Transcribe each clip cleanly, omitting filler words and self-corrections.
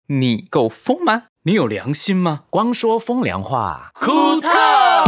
你够疯吗？你有良心吗？ 光说风凉话， 库特。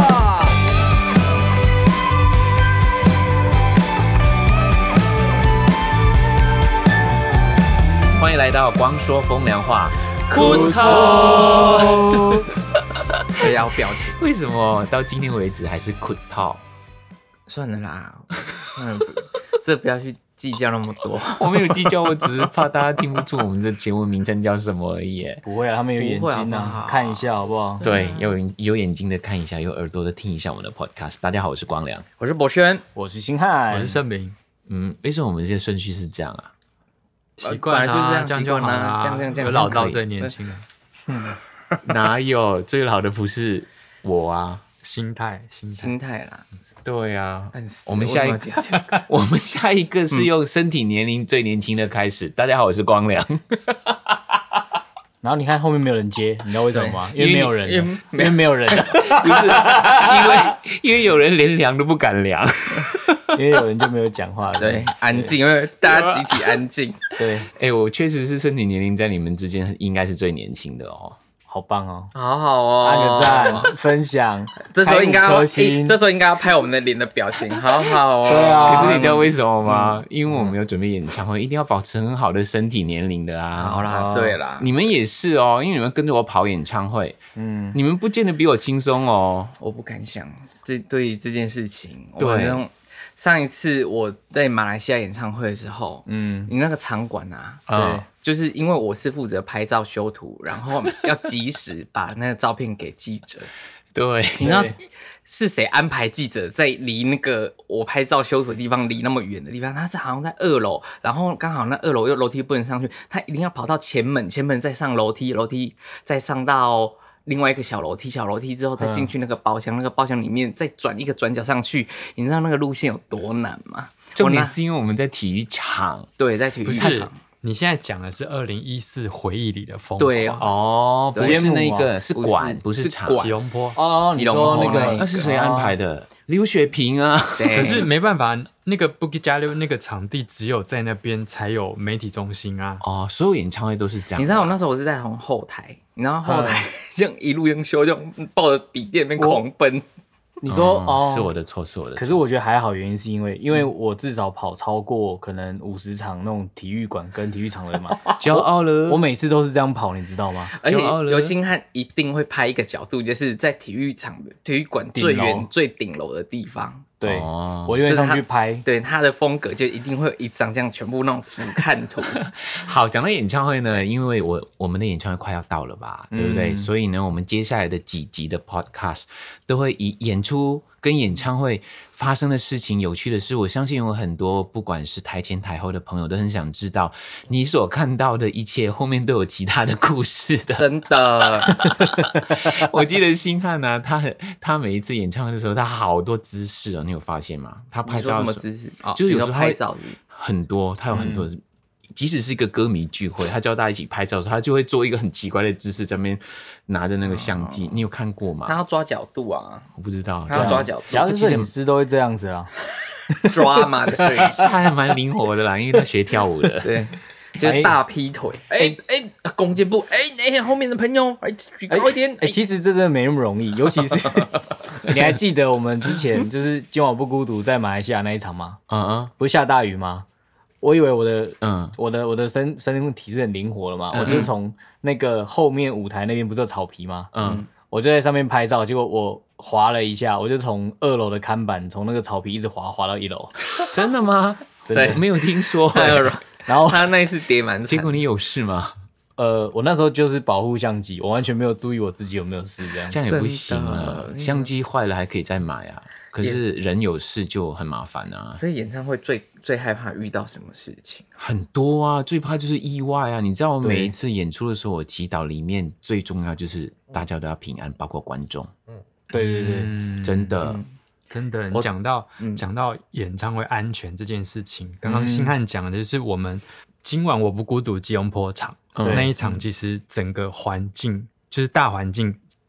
欢迎来到光说风凉话， 库特。 也要表情， 为什么到今天为止还是库特？ 算了啦，这不要去计较那么多。 我没有计较，我只是怕大家听不出我们这节目名称叫什么而已。 不会啊，他们有眼睛啊，看一下好不好？ 对，有眼睛的看一下，有耳朵的听一下我们的 podcast。大家好，我是光良， 我是博轩， 我是星汉， 我是盛明。 为什么我们这些顺序是这样啊？ 习惯啊， 这样就好啦，这样有老到最年轻了。 哪有最老的不是我啊？ 心态啦。 对啊，我们下一个是用身体年龄最年轻的开始。大家好，我是光良。 然后你看后面没有人接，你知道为什么吗？因为没有人，因为没有人， 不是因为有人连量都不敢量， 因为有人就没有讲话了。 对，安静，因为大家集体安静。 对， 我确实是身体年龄在你们之间应该是最年轻的哦。 好棒哦， 好好哦， 按个赞，分享。 这时候应该要拍我们的脸的表情，好好哦。 对啊， 可是你知道为什么吗？因为我们有准备演唱会，一定要保持很好的身体年龄的啊。 好啦，对啦， 你们也是哦，因为你们跟着我跑演唱会，你们不见得比我轻松哦。 我不敢想，对于这件事情， 对。 上一次我在马来西亚演唱会的时候，你那个场馆啊，对，就是因为我是负责拍照修图，然后要及时把那个照片给记者。 对， 你知道是谁安排记者在离那个我拍照修图的地方离那么远的地方？他好像在2楼，然后刚好那2楼又楼梯不能上去，他一定要跑到前门再上楼梯再上到另外一个小楼梯之后再进去那个包厢，那个包厢里面再转一个转角上去，你知道那个路线有多难吗？ 重点是因为我们在体育场， 对，在体育场。 你现在讲的是2014回忆里的疯狂， 对哦，不是那个，是馆，不是场， 吉隆坡哦，你说那个那是谁安排的？刘雪萍啊。 可是没办法，那个 Bukit Jalil 那个场地只有在那边才有媒体中心啊。 哦，所有演唱会都是这样。 你知道我那时候我是在从后台，你知道后台这样一路用修，这样抱着笔电那边狂奔。 你说哦， 是我的错。 可是我觉得还好，原因是因为我至少跑超过可能50场那种体育馆跟体育场的嘛， 骄傲了。 我每次都是这样跑，你知道吗？ 而且刘星汉一定会拍一个角度，就是在体育馆最远最顶楼的地方。 对，我就会上去拍。 对，他的风格就一定会有一张这样全部那种俯瞰图。 好，讲到演唱会呢，因为我们的演唱会快要到了吧，对不对？所以呢，我们接下来的几集的 podcast 都会以演出跟演唱会发生的事情、有趣的事，我相信有很多不管是台前台后的朋友都很想知道，你所看到的一切后面都有其他的故事的。 真的， 我记得星汉啊，他每一次演唱会的时候，他好多姿势哦，你有发现吗？他拍照什么姿势？ 就是有时候拍照很多，他有很多。即使是一个歌迷聚会，他叫大家一起拍照的时候，他就会做一个很奇怪的姿势，在那边拿着那个相机。你有看过吗？ 他要抓角度啊！ 我不知道， 他要抓角度。 只要是摄影师都会这样子啦， 抓嘛的摄影师， 他还蛮灵活的啦，因为他学跳舞的。 对，就是大劈腿。弓箭步。后面的朋友，举高一点。 其实这真的没那么容易，尤其是你还记得我们之前就是今晚不孤独在马来西亚那一场吗？不是下大雨吗？我以为我的身体是很灵活的嘛，我就从那个后面舞台那边不是有草皮吗？我就在上面拍照，结果我滑了一下，我就从2楼的看板从那个草皮一直滑到1楼。 真的吗？ 真的没有听说。 然后他那一次跌蛮惨， 结果你有事吗？ 我那时候就是保护相机，我完全没有注意我自己有没有事，这样也不行啊。相机坏了还可以再买啊。可是人有事就很麻烦啊。 所以演唱会最害怕遇到什么事情？ 很多啊，最怕就是意外啊。你知道我每一次演出的时候，我祈祷里面最重要就是大家都要平安，包括观众。 对， 真的。 你讲到演唱会安全这件事情，刚刚星汉讲的就是我们今晚我不孤独吉隆坡场那一场，其实整个环境就是大环境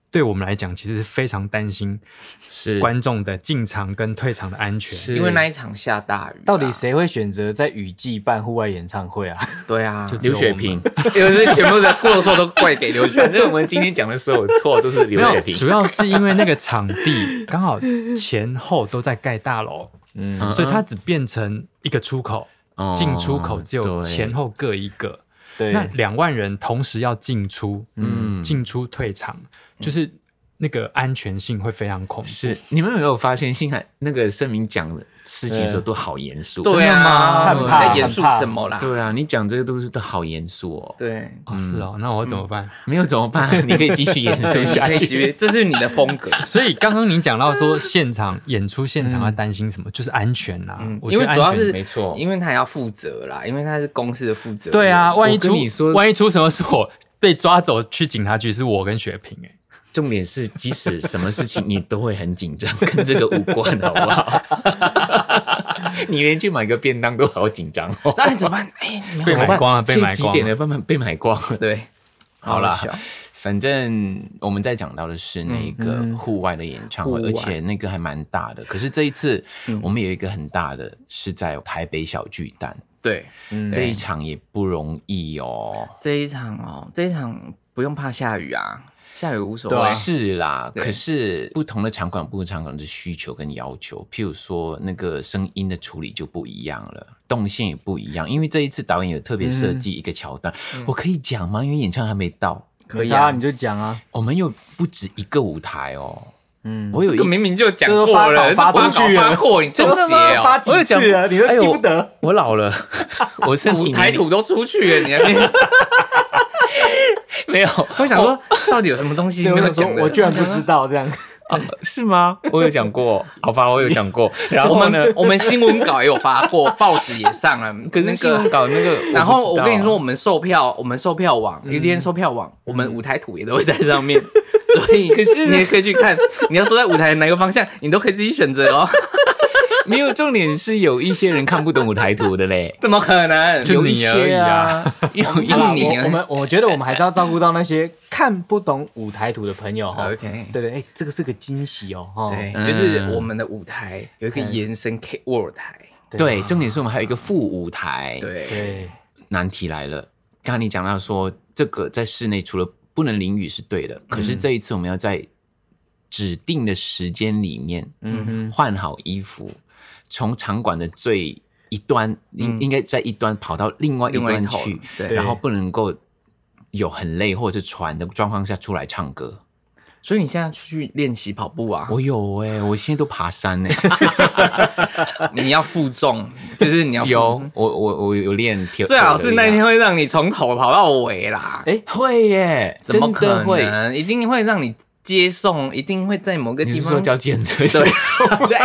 对我们来讲，其实是非常担心观众的进场跟退场的安全， 因为那一场下大雨。 到底谁会选择在雨季办户外演唱会啊？ 对啊， 就刘雪萍， 因为是全部的错都怪给刘雪萍。 反正我们今天讲的所有错都是刘雪萍， 主要是因为那个场地刚好前后都在盖大楼，所以它只变成一个出口，进出口只有前后各一个。 对， 那2万人同时要进出，进出退场，就是那个安全性会非常恐怖。 是，你们有没有发现，星海那个声明讲的事情的时候都好严肃？ 对啊， 很怕严肃什么啦？ 对啊，你讲这个都好严肃哦。 对， 是哦，那我怎么办？ 没有怎么办？你可以继续延伸下去， 这是你的风格。 所以刚刚你讲到说现场演出现场要担心什么，就是安全啦。 因为主要是没错， 因为他要负责啦，因为他是公司的负责。 对啊，万一出什么事，我被抓走去警察局，是我跟雪萍重点是，即使什么事情你都会很紧张，跟这个无关，好不好？你连去买个便当都好紧张哦。 那怎么办？ 被买光了，被买光了。 几点了？被买光了。 对， 好啦，反正我们在讲到的是那个户外的演唱会，而且那个还蛮大的。可是这一次我们有一个很大的是在台北小巨蛋。 对， 这一场也不容易哦。 这一场不用怕下雨啊。下雨无所谓， 是啦。可是不同的场馆、不同场馆的需求跟要求，譬如说那个声音的处理就不一样了，动线也不一样。因为这一次导演有特别设计一个桥段，我可以讲吗？因为演唱还没到， 可以啊，你就讲啊。 我们有不止一个舞台哦。 我有一个明明就讲过了， 发出去了， 你真的吗？发几次了，你都记不得？ 我老了，我身体舞台土都出去了，你还没。 没有， 我想说，到底有什么东西没有讲？ 我居然不知道这样。 是吗？我有讲过，好吧，我有讲过。然后呢， 我们新闻稿也有发过，报纸也上了。 可是新闻稿那个， 然后我跟你说，我们售票网UDN售票网，我们舞台图也都会在上面，所以可是你也可以去看。你要坐在舞台哪个方向，你都可以自己选择哦。 没有，重点是有一些人看不懂舞台图的嘞。 怎么可能？ 就你而已啊！ 我觉得我们还是要照顾到那些看不懂舞台图的朋友哈。 OK， 对，这个是个惊喜哦。 对，就是我们的舞台有一个延伸 K-World 台。 对，重点是我们还有一个副舞台。 对， 难题来了。刚刚你讲到说，这个在室内除了不能淋雨是对的，可是这一次我们要在指定的时间里面，换好衣服。从场馆的最一端，应该在一端跑到另外一端去，然后不能够有很累或者是喘的状况下出来唱歌。 所以你现在出去练习跑步啊？ 我有我现在都爬山你要负重，就是你要我有练， 最好是那一天会让你从头跑到尾啦。 会耶， 怎么可能？一定会让你。接送一定会在某个地方， 你是说叫计程车接送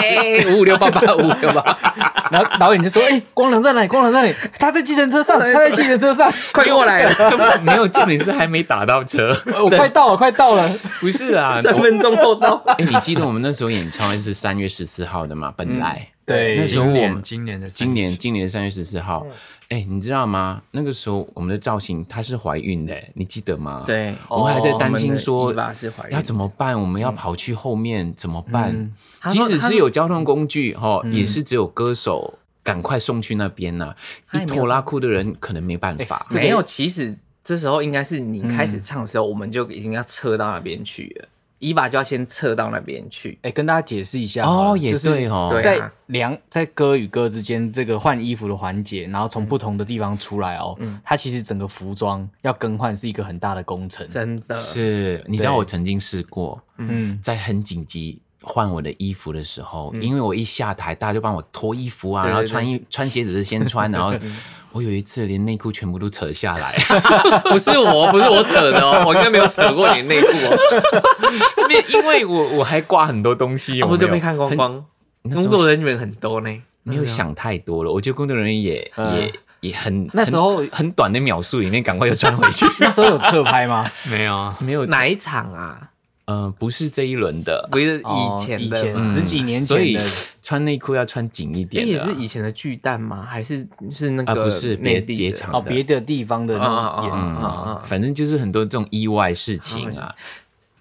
？55688， 然后导演就说：“光良在哪里？光良在哪里？他在计程车上， 快过来了！” 就没有，重点是还没打到车， 我快到了， 不是啦 ，3分钟后到。 你记得我们那时候演唱会是3月14号的嘛？本来对， 那时候我们今年的 3月14号。你知道吗？那个时候我们的造型她是怀孕的，你记得吗？ 对， 我们还在担心说要怎么办，我们要跑去后面怎么办？即使是有交通工具，也是只有歌手赶快送去那边呐。一拖拉库的人可能没办法。 没有，其实这时候应该是你开始唱的时候，我们就已经要撤到那边去了。伊娃就要先撤到那边去， 跟大家解释一下也对在歌与歌之间这个换衣服的环节，然后从不同的地方出来它其实整个服装要更换是一个很大的工程， 真的是。你知道我曾经试过，在很紧急换我的衣服的时候，因为我一下台，大家就帮我脱衣服啊，然后穿鞋子是先穿，然后我有一次连内裤全部都扯下来， 不是我扯的哦，我应该没有扯过你内裤哦， 因为我还挂很多东西， 我就被看光光，工作人员很多呢， 没有想太多了，我觉得工作人员也很那时候很短的秒数里面赶快就穿回去。 那时候有侧拍吗？ 没有， 哪一场啊？ 不是这一轮的， 不是以前 10几年前的， 所以穿内裤要穿紧一点。 也是以前的巨蛋吗？还是那个不是别场别的地方的那种反正就是很多这种意外事情啊。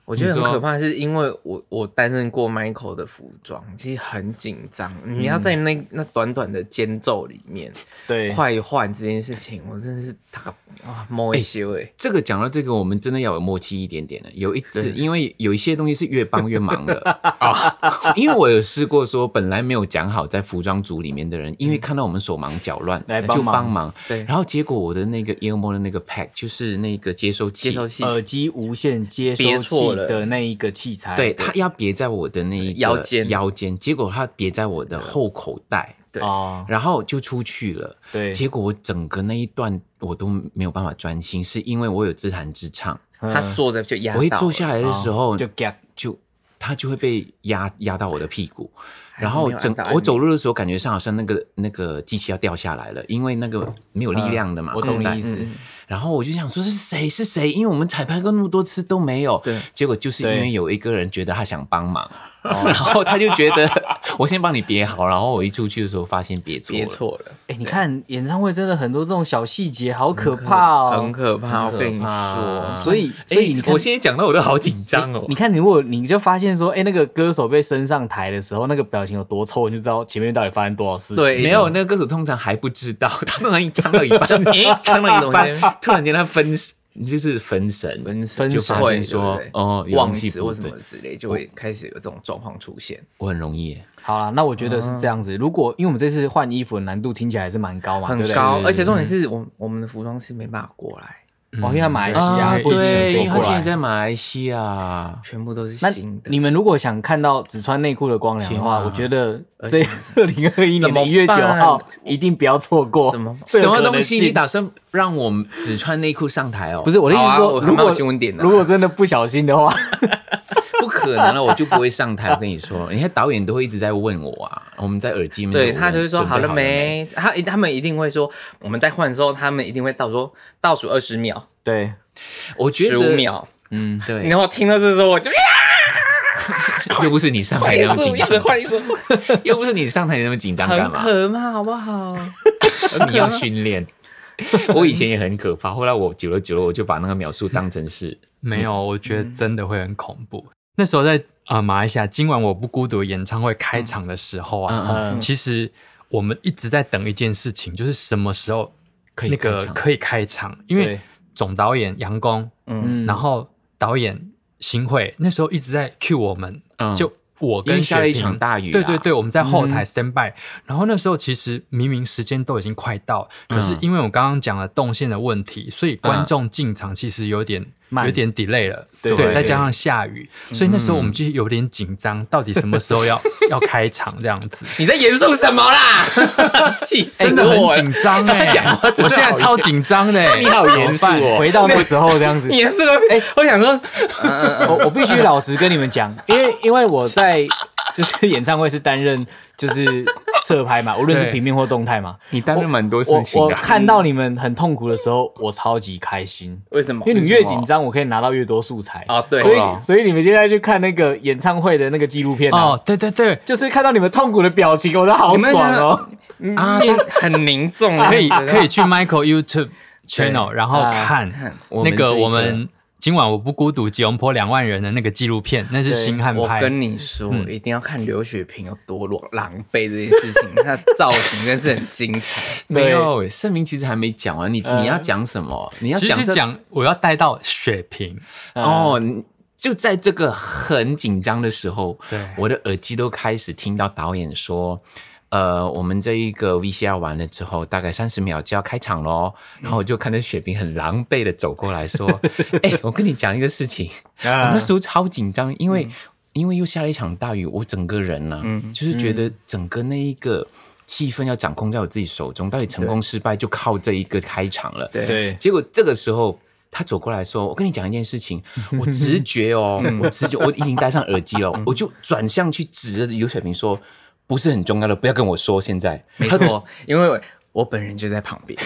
我觉得很可怕，是因为我担任过 Michael 的服装，其实很紧张。你要在那短短的间奏里面， 对， 快换这件事情，我真的是摸一修哎。 这个讲到这个，我们真的要有默契一点点的。有一次，因为有一些东西是越帮越忙的啊，因为我有试过说，本来没有讲好在服装组里面的人，因为看到我们手忙脚乱，就帮忙。 对， 然后结果我的那个 Earmo 的那个 pack 就是那个接收器， 耳机无线接收器的那一个器材， 对，它要别在我的那一个腰间，结果它别在我的后口袋， 对， 然后就出去了， 对， 结果我整个那一段我都没有办法专心，是因为我有自弹自唱， 他坐着就压到， 我一坐下来的时候就他就会被压到我的屁股。然后我走路的时候，感觉上好像那个机器要掉下来了，因为那个没有力量的嘛。 我懂你意思。 然后我就想说是谁？因为我们彩排过那么多次都没有。 对。 结果就是因为有一个人觉得他想帮忙，然后他就觉得我先帮你别好，然后我一出去的时候发现别错了。 哎，你看演唱会真的很多这种小细节，好可怕哦， 很可怕。我跟你说， 所以你看， 我现在讲到我都好紧张哦。 你看，如果你就发现说，哎，那个歌手被升上台的时候，那个表情有多臭，你就知道前面到底发生多少事情。 对，没有那个歌手通常还不知道，他突然唱到一半，唱到一半，突然间他就是分神，就发现说忘词或什么之类，就会开始有这种状况出现。 我很容易耶。 好啦，那我觉得是这样子。如果因为我们这次换衣服的难度听起来还是蛮高嘛， 很高，而且重点是我们的服装师没办法过来。 因为马来西亚对，因为他现在在马来西亚， 全部都是新的。 你们如果想看到只穿内裤的光良的话，我觉得这2021年的1月9号一定不要错过。 什么东西？你打算让我们只穿内裤上台哦？ 不是我的意思说，如果真的不小心的话。 不可能了，我就不会上台。我跟你说，你看导演都会一直在问我啊。我们在耳机里面， 对他就会说好了没？他们一定会说，我们在换的时候，他们一定会倒数20秒。 对， 我觉得 15秒。 对。 然后听到这时候，我就又不是你上台那么紧张， 换一次， 又不是你上台那么紧张，干嘛？ 很可怕，好不好？ 你要训练。我以前也很可怕，后来我久了，我就把那个秒数当成是没有。我觉得真的会很恐怖。那时候在马来西亚今晚我不孤独演唱会开场的时候啊，其实我们一直在等一件事情，就是什么时候可以开场，因为总导演杨公，然后导演新会那时候一直在 cue 我们，就我跟下了一场大雨， 对，我们在后台 stand by，然后那时候其实明明时间都已经快到，可是因为我刚刚讲了动线的问题，所以观众进场其实有点 delay 了，对，再加上下雨，所以那时候我们就有点紧张，到底什么时候要开场这样子？ 你在严肃什么啦？气死我！ 真的很紧张哎，我现在超紧张的， 你好严肃哦。 回到那时候这样子， 严肃我想说， 我必须老实跟你们讲，因为我在就是演唱会是担任就是侧拍嘛，无论是平面或动态嘛， 你担任蛮多事情的。 我看到你们很痛苦的时候，我超级开心。 为什么？ 因为你们越紧张，我可以拿到越多素材啊。对， 所以你们现在去看那个演唱会的那个纪录片哦，对， 就是看到你们痛苦的表情，我都好爽哦。 很凝重， 可以去 Michael YouTube channel， 然后看那个我们。今晚我不孤独，吉隆坡2万人的那个纪录片，那是星汉拍。 我跟你说，一定要看刘雪萍有多狼狈这件事情，她的造型真是很精彩。 没有，盛明其实还没讲完，你要讲什么？你要讲我要带到雪萍哦。就在这个很紧张的时候，我的耳机都开始听到导演说。我们这一个 VCR 完了之后，大概30秒就要开场咯。然后我就看到雪萍很狼狈的走过来说：“我跟你讲一个事情，我那时候超紧张，因为又下了一场大雨，我整个人呢，就是觉得整个那一个气氛要掌控在我自己手中，到底成功失败就靠这一个开场了。 对， 结果这个时候他走过来说：“我跟你讲一件事情，我直觉我已经戴上耳机了，我就转向去指着刘雪萍说。”不是很重要的，不要跟我说。现在没错，因为我本人就在旁边。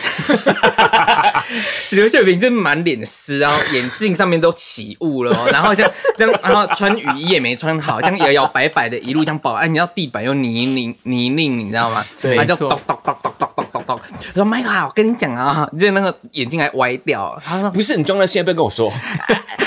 刘雪萍就满脸湿，然后眼镜上面都起雾了，然后这样，然后穿雨衣也没穿好，这样摇摇摆摆的，一路这样跑。你知道地板又泥泞，你知道吗？ 对， 他就咚咚咚咚咚咚咚咚。我说 Michael， 我跟你讲啊，就那个眼镜还歪掉。他说不是很重要，现在不要跟我说。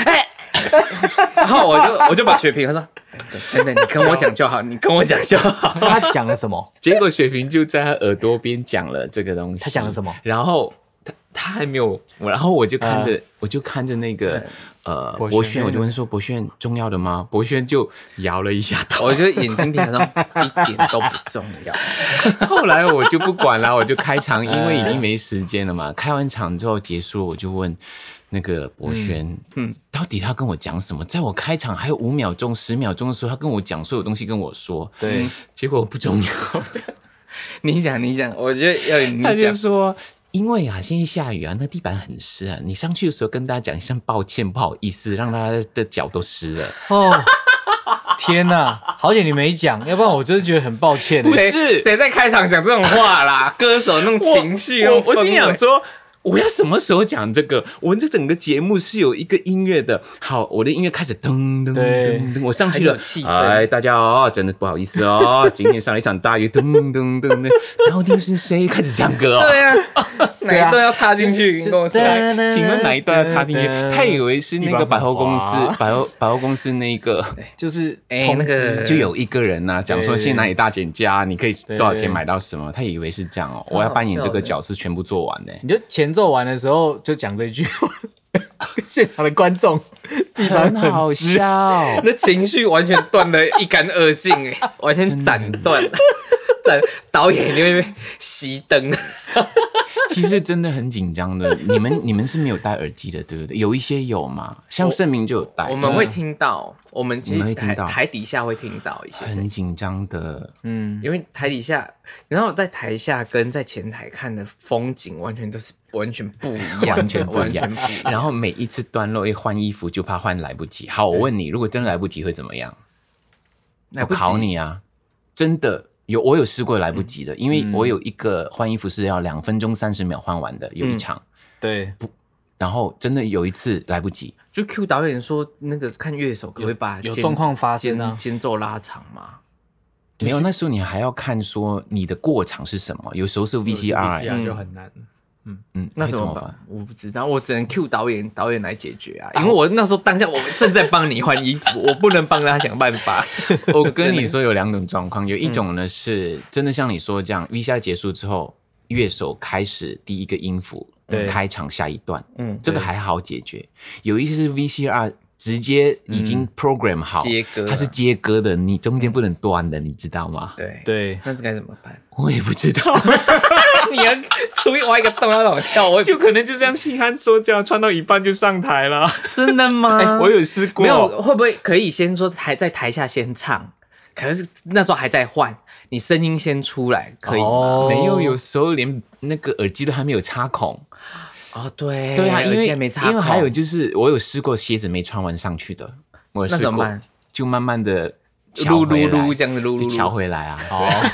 然后我就把雪萍，他说等等，你跟我讲就好，你跟我讲就好。 他讲了什么？ 结果雪萍就在他耳朵边讲了这个东西。 他讲了什么？ 然后他还没有，然后我就看着那个博轩，我就问说博轩重要的吗？博轩就摇了一下头， 我就眼睛瞥上一点都不重要。 后来我就不管了，我就开场，因为已经没时间了嘛。开完场之后结束，我就问那个博轩，到底他跟我讲什么？在我开场还有5秒钟、10秒钟的时候，他跟我讲所有东西跟我说， 对， 结果不重要的。 你讲，我觉得要你讲。 他就说。因为啊，现在下雨啊，那地板很湿啊。你上去的时候跟大家讲一声抱歉，不好意思，让大家的脚都湿了。 哦，天哪，好险你没讲，要不然我真的觉得很抱歉。 不是谁在开场讲这种话啦？歌手那种情绪， 我心想说。我要什么时候讲这个？我这整个节目是有一个音乐的。好，我的音乐开始噔噔噔噔，我上去了。哎，大家哦，真的不好意思哦，今天上了一场大雨，噔噔噔噔。到底是谁开始唱歌哦？ 对啊，哪一段要插进去？你跟我说， 请问哪一段要插进去？他以为是那个百货公司，百货公司那个， 就是那个就有一个人呐，讲说现在哪里大减价，你可以多少钱买到什么？他以为是这样哦，我要扮演这个角色全部做完呢。 你就前奏完的时候就讲这句话，现场的观众地板很好笑， 那情绪完全断得一干二净完全斩断。导演你会被熄灯。 其实真的很紧张的。你们是没有戴耳机的，对不对？有一些有嘛，像盛明就有戴。 我们会听到，我们其实台底下会听到一些很紧张的， 因为台底下，然后在台下跟在前台看的风景完全不一样， 完全不一样。然后每一次段落一换衣服，就怕换来不及。好，我问你，如果真的来不及会怎么样？我考你啊，真的。我有试过来不及的，因为我有一个换衣服是要2分钟30秒换完的，有一场， 对， 然后真的有一次来不及， 就 Q 导演说那个看乐手可不可以把有状况发生啊， 间奏拉长嘛？ 没有，那时候你还要看说你的过场是什么，有时候是 VCR 就很难。 那怎么办？我不知道，我只能 Q 导演来解决啊，因为我那时候当下我正在帮你换衣服，我不能帮他想办法。 我跟你说有2种状况，有一种呢是真的像你说这样 ，VCR 结束之后，乐手开始第一个音符，开场下一段，这个还好解决。有一些是 VCR 直接已经 program 好，它是接歌的，你中间不能断的，你知道吗？ 对， 那这该怎么办？ 我也不知道。 你要出去挖一个洞要怎么跳？ 就可能就像星汉说这样，穿到一半就上台了。 真的吗？ 我有试过。 没有，会不会可以先说在台下先唱？可是那时候还在换，你声音先出来可以吗？ 没有，有时候连那个耳机都还没有插孔。 对啊，因为没插孔。 因为还有就是我有试过鞋子没穿完上去的，我有试过，就慢慢的撸这样子撸就翘回来啊。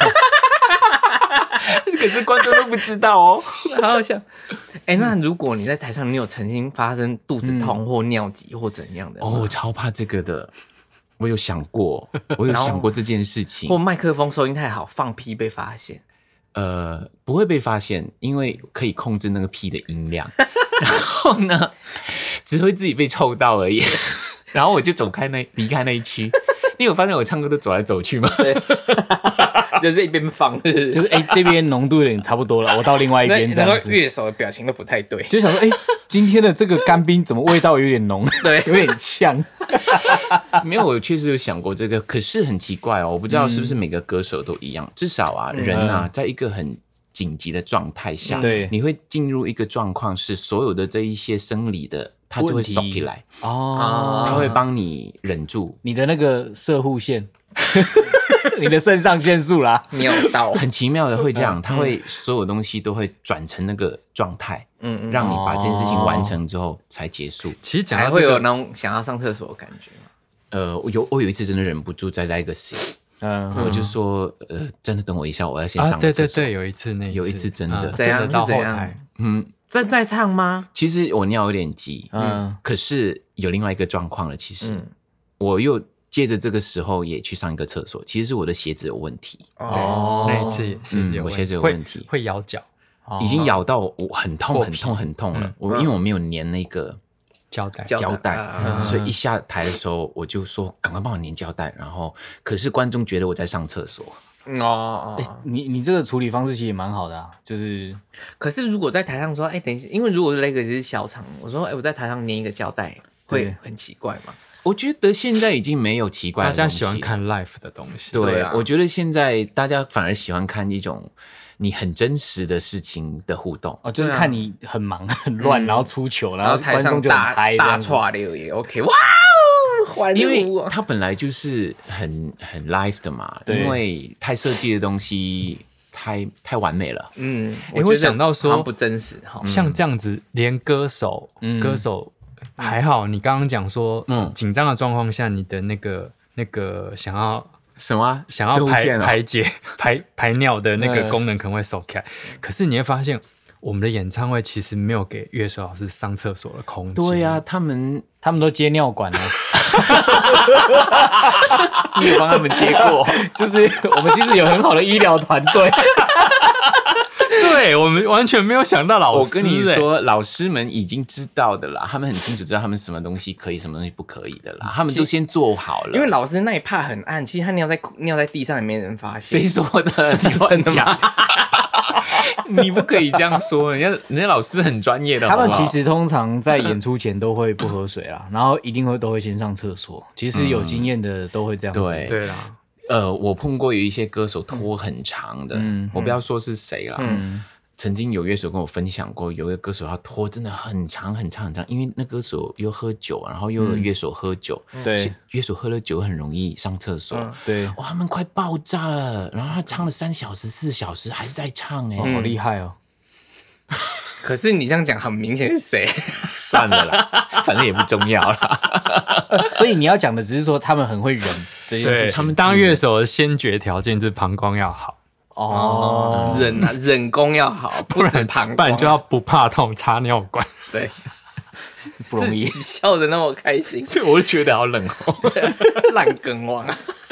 可是观众都不知道哦， 好好笑。那如果你在台上，你有曾经发生肚子痛或尿急或怎样的？ 我超怕这个的。我有想过这件事情。 或麦克风收音太好，放屁被发现。 不会被发现，因为可以控制那个屁的音量。然后呢，只会自己被臭到而已。然后我就离开那一区。你有发现我唱歌都走来走去吗？ 对，就是一边放， 就是这边浓度有点差不多了，我到另外一边这样子。 乐手的表情都不太对， 就想说，今天的这个干冰怎么味道有点浓？ 对， 有点呛。 没有，我确实有想过这个，可是很奇怪哦，我不知道是不是每个歌手都一样。至少啊，人啊，在一个很紧急的状态下，你会进入一个状况，是所有的这一些生理的。他就会收起来他会帮你忍住你的那个摄护腺，你的肾上腺素啦， 尿道很奇妙的会这样，他会所有东西都会转成那个状态，让你把这件事情完成之后才结束。 其实讲到会有那种想要上厕所的感觉吗？ 我有一次真的忍不住在 Legacy，我就说真的等我一下，我要先上个厕所。 对，有一次真的怎样到后台， 正在唱吗？ 其实我尿有点急，可是有另外一个状况了。其实我又借着这个时候也去上一个厕所，其实是我的鞋子有问题。 那一次我鞋子有问题， 会咬脚， 已经咬到我很痛了。因为我没有粘那个胶带， 所以一下台的时候我就说赶快帮我粘胶带，然后可是观众觉得我在上厕所。 你这个处理方式其实也蛮好的啊，就是， 可是如果在台上说，等一下，因为如果那个是小场，我说，我在台上粘一个胶带，会很奇怪吗？ 我觉得现在已经没有奇怪的东西， 大家喜欢看 live 的东西。 对啊，我觉得现在大家反而喜欢看一种你很真实的事情的互动。 就是看你很忙很乱，然后出糗，然后台上大串流也 OK， 哇！ 因为它本来就是很 live 的嘛，因为太设计的东西太完美了。 我会想到说不真实， 像这样子，连歌手还好。你刚刚讲说，紧张的状况下，你的那个想要排尿的那个功能可能会收开，可是你会发现。我们的演唱会其实没有给乐手老师上厕所的空间。 对啊，他们都接尿管了。 你有帮他们接过？ 就是我们其实有很好的医疗团队。 对，我们完全没有想到老师。 我跟你说，老师们已经知道的啦，他们很清楚知道他们什么东西可以，什么东西不可以的啦，他们都先做好了。 因为老师那一趴很暗，其实他尿在地上也没人发现。 谁说的？你乱讲。你不可以这样说，人家老师很专业的。 他们其实通常在演出前都会不喝水啦，然后一定都会先上厕所。其实有经验的都会这样子。 对啦。 我碰过有一些歌手拖很长的，我不要说是谁啦。曾经有乐手跟我分享过，有一个歌手他拖真的很长很长很长，因为那歌手又喝酒，然后又有乐手喝酒， 对， 乐手喝了酒很容易上厕所， 对， 哇，他们快爆炸了，然后他唱了3小时4小时还是在唱好厉害哦。 可是你这样讲很明显是谁？ 算了啦，反正也不重要啦。 所以你要讲的只是说他们很会忍这件事情。 他们当乐手的先决条件就是膀胱要好。 忍功要好，不止膀胱， 不然就要不怕痛插尿管。 对， 不容易， 笑得那么开心， 我就觉得好冷哦， 烂梗王。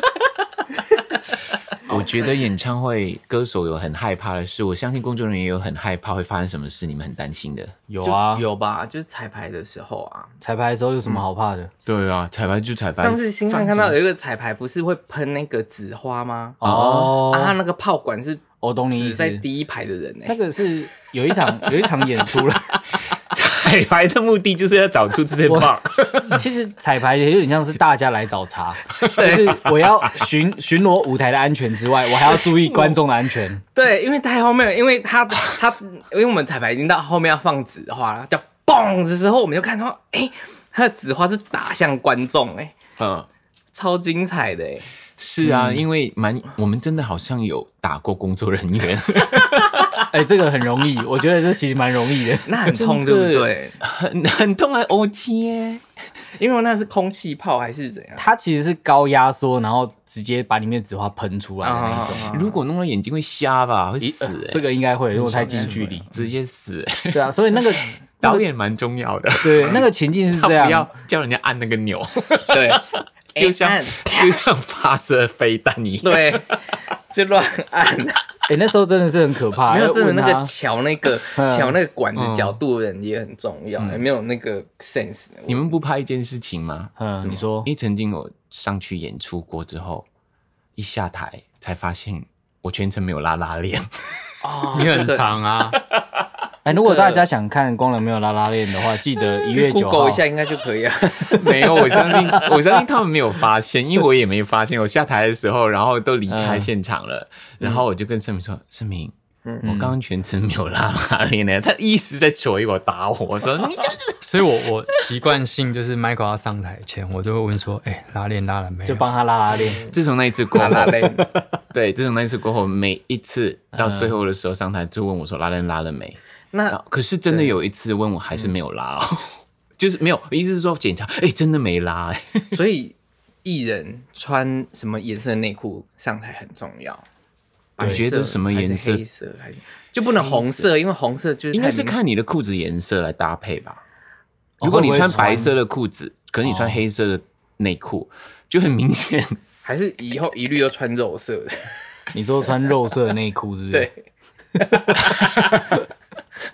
我觉得演唱会歌手有很害怕的事，我相信工作人员也有很害怕会发生什么事，你们很担心的。 有啊， 有吧？就是彩排的时候啊， 彩排的时候有什么好怕的？ 对啊，彩排就彩排。 上次新看到有一个彩排，不是会喷那个纸花吗？他那个炮管是指在第一排的人那个是有一场演出了。 彩排的目的就是要找出这些 bug。 其实彩排也有点像是大家来找茬，就是我要巡逻舞台的安全之外，我还要注意观众的安全。 对，因为太后面，因为因为我们彩排已经到后面要放纸花了，叫嘣的时候，我们就看到，他的纸花是打向观众，超精彩的。 是啊，因为我们真的好像有打过工作人员。 这个很容易，我觉得这其实蛮容易的。 那很痛，对不对？ 很痛还 OK 耶， 因为那是空气炮还是怎样？ 它其实是高压缩，然后直接把里面的纸花喷出来的那一种。 如果弄到眼睛会瞎吧，会死。 这个应该会，如果太近距离， 直接死。 对啊，所以那个导演蛮重要的。 对，那个情境是这样， 不要叫人家按那个钮。 对， 就像发射飞弹一样。 对，就乱按。 那时候真的是很可怕。 没有，真的那个瞧那个管的角度的人也很重要，没有那个 sense。 你们不怕一件事情吗？ 你说， 因为曾经我上去演出过之后，一下台才发现我全程没有拉拉链。 你很长啊。 如果大家想看光良没有拉拉链的话，记得1月9号 Google 一下应该就可以了。 没有，我相信他们没有发现，因为我也没发现。我下台的时候，然后都离开现场了，然后我就跟盛明说：“盛明，我刚刚全程没有拉拉链呢。”他一直在捶我打我，说：“你这……” 所以我习惯性就是 Michael 要上台前，我就会问说：“拉链拉了没有？” 就帮他拉拉链。 自从那一次过后，对，自从那一次过后，每一次到最后的时候上台就问我说：“拉链拉了没？”可是真的有一次问我还是没有拉哦，就是没有，意思是说检查，真的没拉所以艺人穿什么颜色的内裤上台很重要。 我觉得什么颜色？ 黑色还是就不能红色，因为红色就是应该是看你的裤子颜色来搭配吧。如果你穿白色的裤子，可是你穿黑色的内裤，就很明显。 还是以后一律都穿肉色的？ 你说穿肉色的内裤是不是？ 对。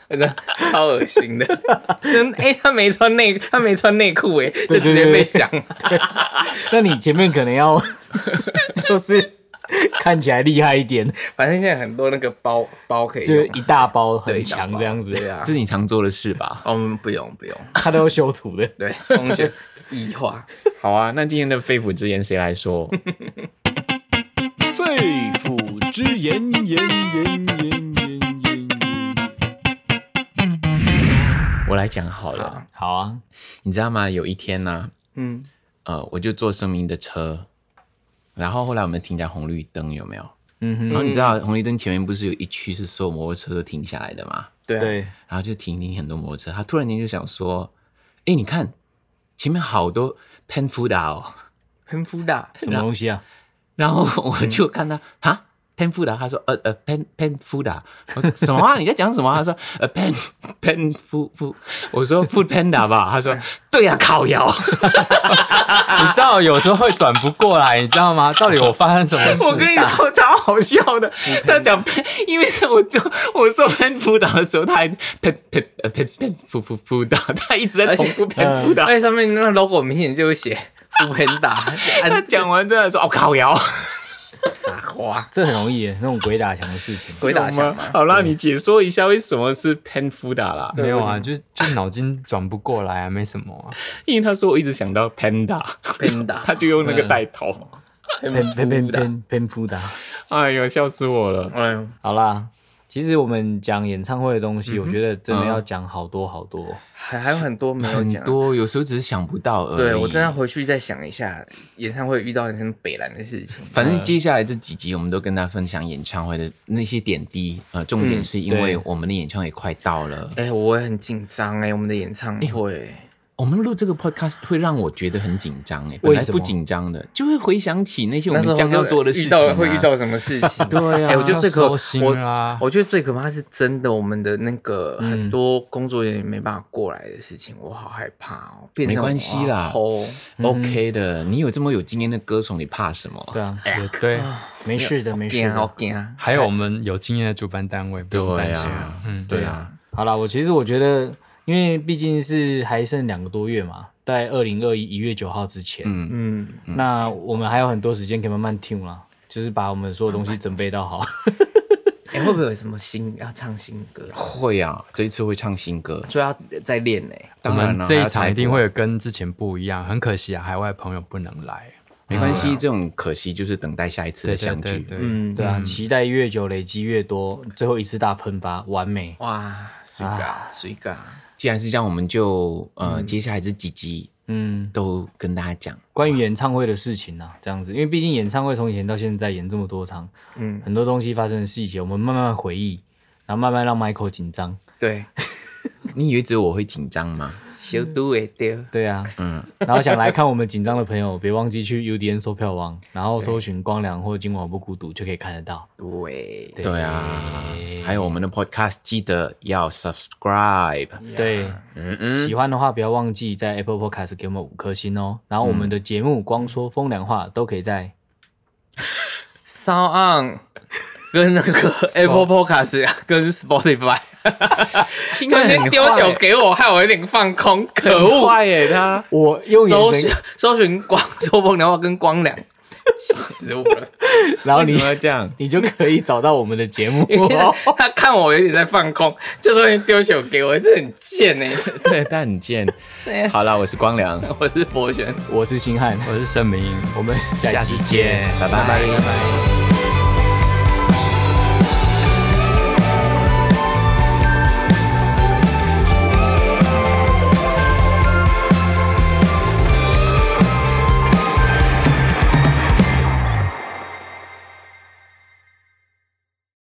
超恶心的。他没穿内裤就直接被讲。 那你前面可能要就是看起来厉害一点。 反正现在很多那个包可以用， 就一大包很强这样子。 对啊， 这是你常做的事吧？ 不用， 他都修图的。 对，同学异化。 好啊，那今天的肺腑之言谁来说？ 肺腑之言， 我来讲好了。 好啊， 你知道吗？有一天呢，我就坐声明的车，然后后来我们停在红绿灯，有没有？然后你知道红绿灯前面不是有一区是所有摩托车都停下来的吗？ 对。 然后就停很多摩托车，他突然间就想说：“哎，你看前面好多喷福达哦， 喷福达什么东西啊？” 然后我就看他哈。pen food 他说pen food 我说什么啊？你在讲什么？他说pen food 我说 food panda 吧？他说对啊，靠腰。 你知道有时候会转不过来，你知道吗？到底我发生什么事？ 我跟你说超好笑的，他讲因为我说 pen food 的时候，他还 pen food 他一直在重复 pen food， 而且上面那个 logo 明显就会写 food panda。 他讲完真的说靠腰。 傻花， 这很容易耶，那种鬼打墙的事情。 鬼打墙好啦，你解说一下为什么是 pen food 啦？ 没有啊，就脑筋转不过来啊，没什么啊。 因为他说我一直想到 panda， 他就用那个带头。 pen food。 哎呦，笑死我了。 好啦。其实我们讲演唱会的东西，我觉得真的要讲好多， 还有很多没有讲， 很多有时候只是想不到而已。 对，我真的要回去再想一下演唱会遇到什么北蓝的事情。 反正接下来这几集我们都跟大家分享演唱会的那些点滴，重点是因为我们的演唱会快到了。 我也很紧张我们的演唱会。 我们录这个 podcast 会让我觉得很紧张本来不紧张的，就会回想起那些我们将要做的事情， 会遇到什么事情？ 对啊， 我觉得我觉得最可怕是真的，我们的那个很多工作人员没办法过来的事情，我好害怕哦。 没关系啦，OK 的。你有这么有经验的歌手，你怕什么？ 对啊， 对， 没事的。 还有我们有经验的主办单位， 对啊，对啊。 好啦，其实我觉得。因为毕竟是还剩2个多月嘛，在2021 1月9号之前，那我们还有很多时间可以慢慢听啦，就是把我们所有东西准备到好。 会不会有什么要唱新歌？ 会啊，这一次会唱新歌， 所以要再练我们这一场一定会跟之前不一样，很可惜啊，海外朋友不能来。 没关系，这种可惜就是等待下一次的相聚。 对啊，期待越久累积越多，最后一次大喷发，完美。 哇，水嘎。 既然是这样，我们就接下来这几集，都跟大家讲关于演唱会的事情啊，这样子，因为毕竟演唱会从以前到现在演这么多场，很多东西发生的细节，我们慢慢回忆，然后慢慢让 Michael 紧张。 对， 你以为只有我会紧张吗？ 小度会掉。 对啊，然后想来看我们紧张的朋友，别忘记去 UDN 售票网，然后搜寻光良或今晚不孤独就可以看得到。 对啊，还有我们的 podcast 记得要 subscribe。 对，喜欢的话不要忘记在 Apple Podcast 给我们5颗星哦。然后我们的节目光说风凉话都可以在 SoundOn 跟那个 Apple Podcast 跟 Spotify。今天丢球给我，害我有点放空，可恶！ 快耶他， 我用眼神搜寻光说风凉话跟光良，气死我了。 然后你要这样， 你就可以找到我们的节目。 他看我有点在放空，就说丢球给我，这很贱对，他很贱。好啦，我是光良， 我是博轩， 我是星汉， 我是盛明， 我们下次见， 拜拜。